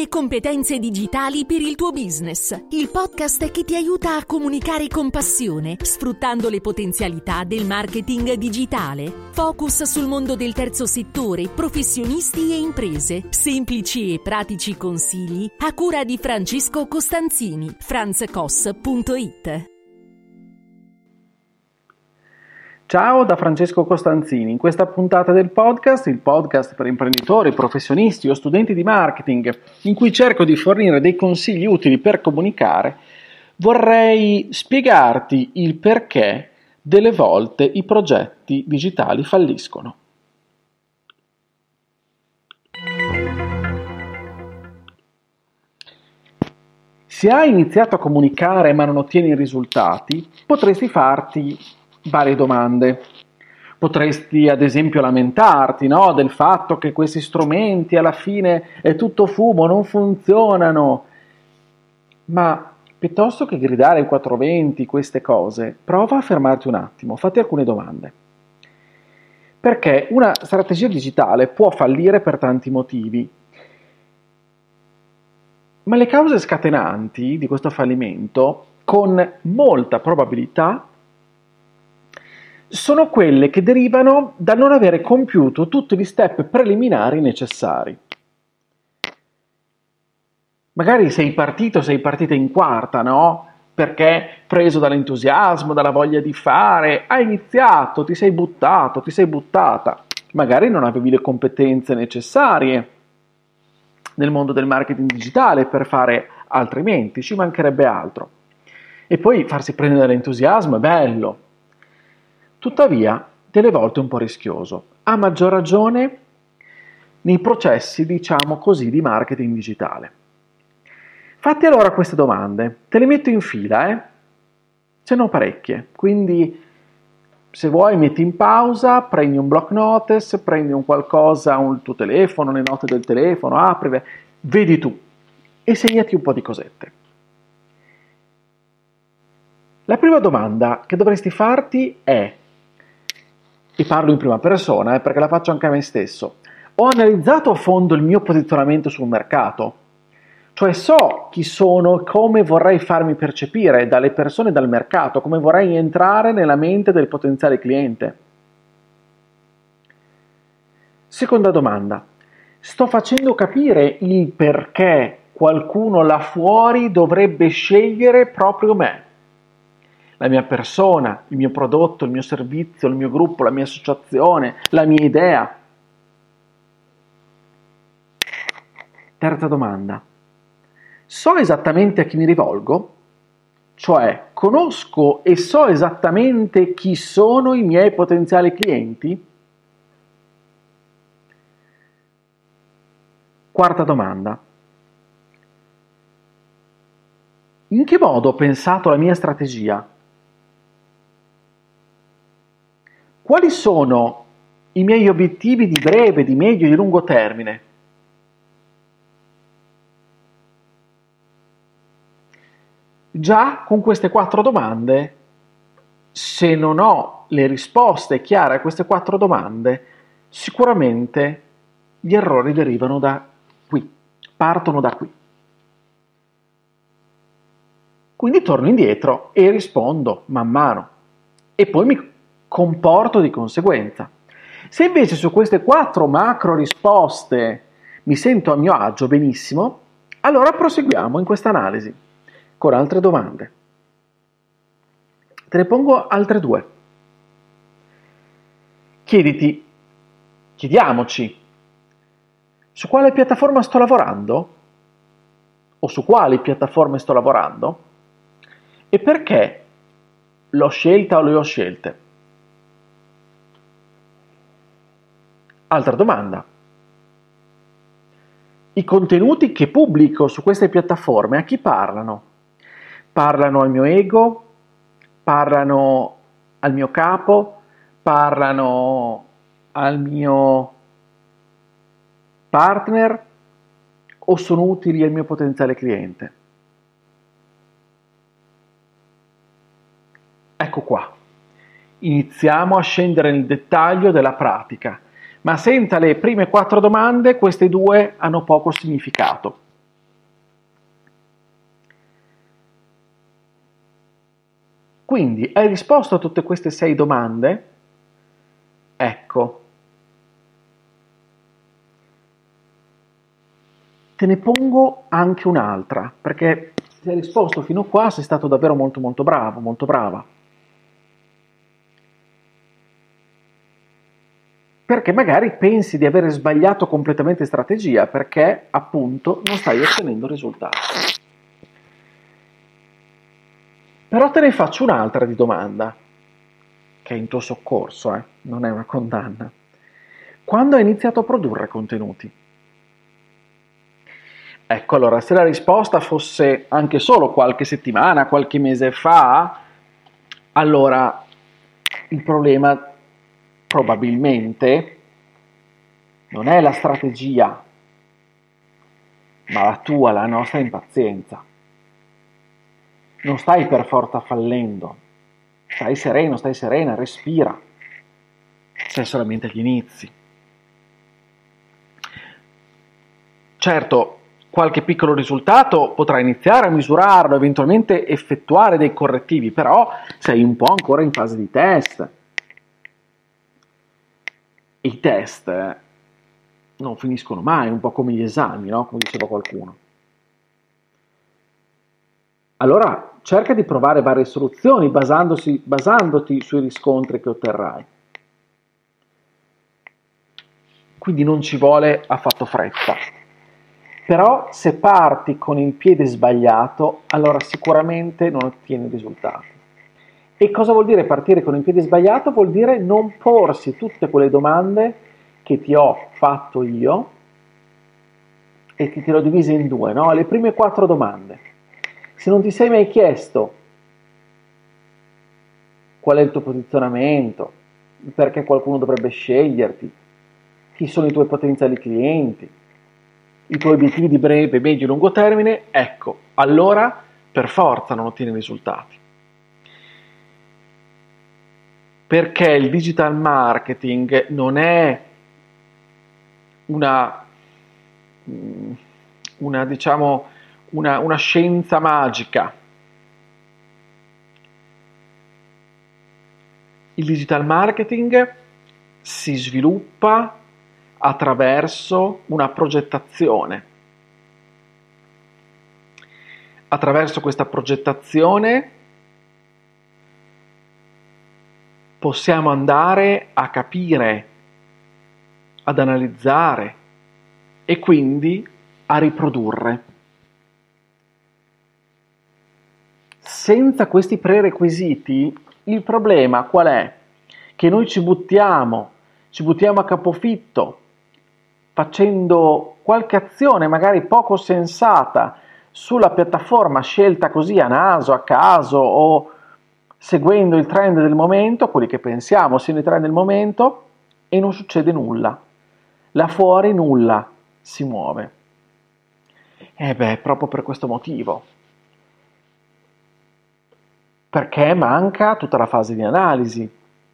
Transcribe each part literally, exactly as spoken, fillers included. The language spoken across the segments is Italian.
e competenze digitali per il tuo business. Il podcast che ti aiuta a comunicare con passione, sfruttando le potenzialità del marketing digitale. Focus sul mondo del terzo settore, professionisti e imprese. Semplici e pratici consigli a cura di Francesco Costanzini. franz cos punto it. Ciao da Francesco Costanzini. In questa puntata del podcast, il podcast per imprenditori, professionisti o studenti di marketing, in cui cerco di fornire dei consigli utili per comunicare, vorrei spiegarti il perché delle volte i progetti digitali falliscono. Se hai iniziato a comunicare ma non ottieni risultati, potresti farti varie domande. Potresti ad esempio lamentarti, no, del fatto che questi strumenti alla fine è tutto fumo, non funzionano. Ma piuttosto che gridare ai quattrocentoventi queste cose, prova a fermarti un attimo, fatti alcune domande. Perché una strategia digitale può fallire per tanti motivi. Ma le cause scatenanti di questo fallimento, con molta probabilità, sono quelle che derivano dal non avere compiuto tutti gli step preliminari necessari. Magari sei partito, sei partita in quarta, no? Perché preso dall'entusiasmo, dalla voglia di fare, hai iniziato, ti sei buttato, ti sei buttata. Magari non avevi le competenze necessarie nel mondo del marketing digitale per fare altrimenti, ci mancherebbe altro. E poi farsi prendere dall'entusiasmo è bello. Tuttavia, delle volte è un po' rischioso, a maggior ragione nei processi, diciamo così, di marketing digitale. Fatti allora queste domande, te le metto in fila, eh? Ce ne ho parecchie, quindi se vuoi metti in pausa, prendi un block notice, prendi un qualcosa, un tuo telefono, le note del telefono, apri, vedi tu e segnati un po' di cosette. La prima domanda che dovresti farti è, e parlo in prima persona, eh, perché la faccio anche a me stesso, ho analizzato a fondo il mio posizionamento sul mercato? Cioè so chi sono, come vorrei farmi percepire dalle persone e dal mercato, come vorrei entrare nella mente del potenziale cliente. Seconda domanda, sto facendo capire il perché qualcuno là fuori dovrebbe scegliere proprio me? La mia persona, il mio prodotto, il mio servizio, il mio gruppo, la mia associazione, la mia idea. Terza domanda. So esattamente a chi mi rivolgo? Cioè, conosco e so esattamente chi sono i miei potenziali clienti? Quarta domanda. In che modo ho pensato la mia strategia? Quali sono i miei obiettivi di breve, di medio e di lungo termine? Già con queste quattro domande, se non ho le risposte chiare a queste quattro domande, sicuramente gli errori derivano da qui, partono da qui. Quindi torno indietro e rispondo man mano e poi mi comporto di conseguenza. Se invece su queste quattro macro risposte mi sento a mio agio benissimo, allora proseguiamo in questa analisi con altre domande. Te ne pongo altre due. Chiediti, chiediamoci, su quale piattaforma sto lavorando? O su quali piattaforme sto lavorando? E perché l'ho scelta o le ho scelte? Altra domanda. I contenuti che pubblico su queste piattaforme a chi parlano? Parlano al mio ego? Parlano al mio capo? Parlano al mio partner? O sono utili al mio potenziale cliente? Ecco qua. Iniziamo a scendere nel dettaglio della pratica. Ma senza le prime quattro domande, queste due hanno poco significato. Quindi, hai risposto a tutte queste sei domande? Ecco. Te ne pongo anche un'altra, perché se hai risposto fino a qua sei stato davvero molto molto bravo, molto brava. Perché magari pensi di aver sbagliato completamente strategia, perché appunto non stai ottenendo risultati. Però te ne faccio un'altra di domanda, che è in tuo soccorso, eh? Non è una condanna. Quando hai iniziato a produrre contenuti? Ecco, allora, se la risposta fosse anche solo qualche settimana, qualche mese fa, allora il problema probabilmente non è la strategia, ma la tua, la nostra impazienza. Non stai per forza fallendo, stai sereno, stai serena, respira. Sei solamente agli inizi. Certo, qualche piccolo risultato potrai iniziare a misurarlo, eventualmente effettuare dei correttivi, però sei un po' ancora in fase di test. I test non finiscono mai, un po' come gli esami, no? Come diceva qualcuno. Allora cerca di provare varie soluzioni basandosi, basandoti sui riscontri che otterrai. Quindi non ci vuole affatto fretta. Però se parti con il piede sbagliato, allora sicuramente non ottieni risultati. E cosa vuol dire partire con il piede sbagliato? Vuol dire non porsi tutte quelle domande che ti ho fatto io e che te le ho divise in due, no? Le prime quattro domande. Se non ti sei mai chiesto qual è il tuo posizionamento, perché qualcuno dovrebbe sceglierti, chi sono i tuoi potenziali clienti, i tuoi obiettivi di breve, medio e lungo termine, ecco, allora per forza non ottieni risultati. Perché il digital marketing non è una, una diciamo, una, una scienza magica. Il digital marketing si sviluppa attraverso una progettazione. Attraverso questa progettazione possiamo andare a capire, ad analizzare e quindi a riprodurre. Senza questi prerequisiti, il problema qual è? Che noi ci buttiamo, ci buttiamo a capofitto, facendo qualche azione magari poco sensata sulla piattaforma scelta così a naso, a caso o seguendo il trend del momento, quelli che pensiamo siano i trend del momento, e non succede nulla. Là fuori nulla si muove. E beh, proprio per questo motivo. Perché manca tutta la fase di analisi.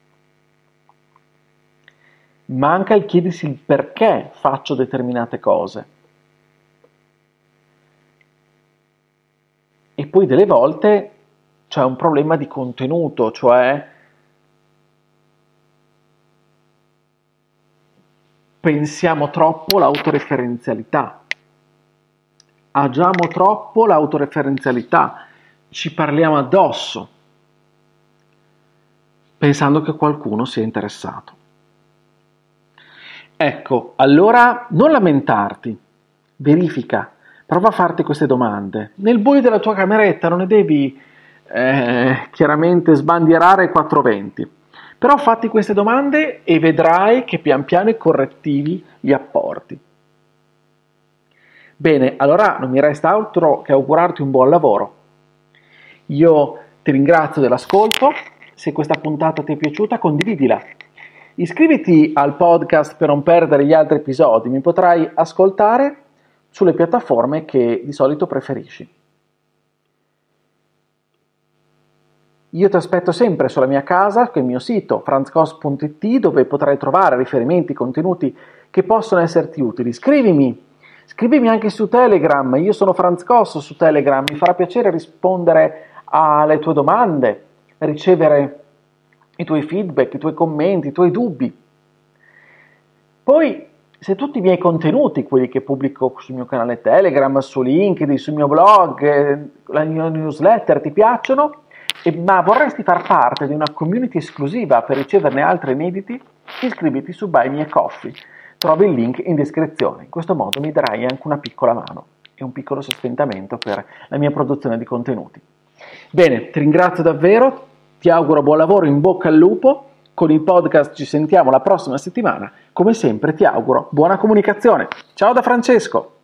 Manca il chiedersi il perché faccio determinate cose. E poi delle volte c'è un problema di contenuto, cioè pensiamo troppo l'autoreferenzialità, agiamo troppo l'autoreferenzialità, ci parliamo addosso, pensando che qualcuno sia interessato. Ecco, allora non lamentarti, verifica, prova a farti queste domande. Nel buio della tua cameretta non ne devi eh, chiaramente sbandierare quattrocentoventi, però fatti queste domande e vedrai che pian piano i correttivi li apporti. Bene, allora non mi resta altro che augurarti un buon lavoro. Io ti ringrazio dell'ascolto, se questa puntata ti è piaciuta condividila. Iscriviti al podcast per non perdere gli altri episodi, mi potrai ascoltare sulle piattaforme che di solito preferisci. Io ti aspetto sempre sulla mia casa, con il mio sito franz cos punto it, dove potrai trovare riferimenti, contenuti che possono esserti utili. Scrivimi, scrivimi anche su Telegram, io sono Franz Cos su Telegram, mi farà piacere rispondere alle tue domande, ricevere i tuoi feedback, i tuoi commenti, i tuoi dubbi. Poi, se tutti i miei contenuti, quelli che pubblico sul mio canale Telegram, su LinkedIn, sul mio blog, la mia newsletter ti piacciono, ma vorresti far parte di una community esclusiva per riceverne altri inediti, iscriviti su Buy Me a Coffee. Trovi il link in descrizione. In questo modo mi darai anche una piccola mano e un piccolo sostentamento per la mia produzione di contenuti. Bene, ti ringrazio davvero, ti auguro buon lavoro, in bocca al lupo. Con il podcast ci sentiamo la prossima settimana. Come sempre ti auguro buona comunicazione. Ciao da Francesco!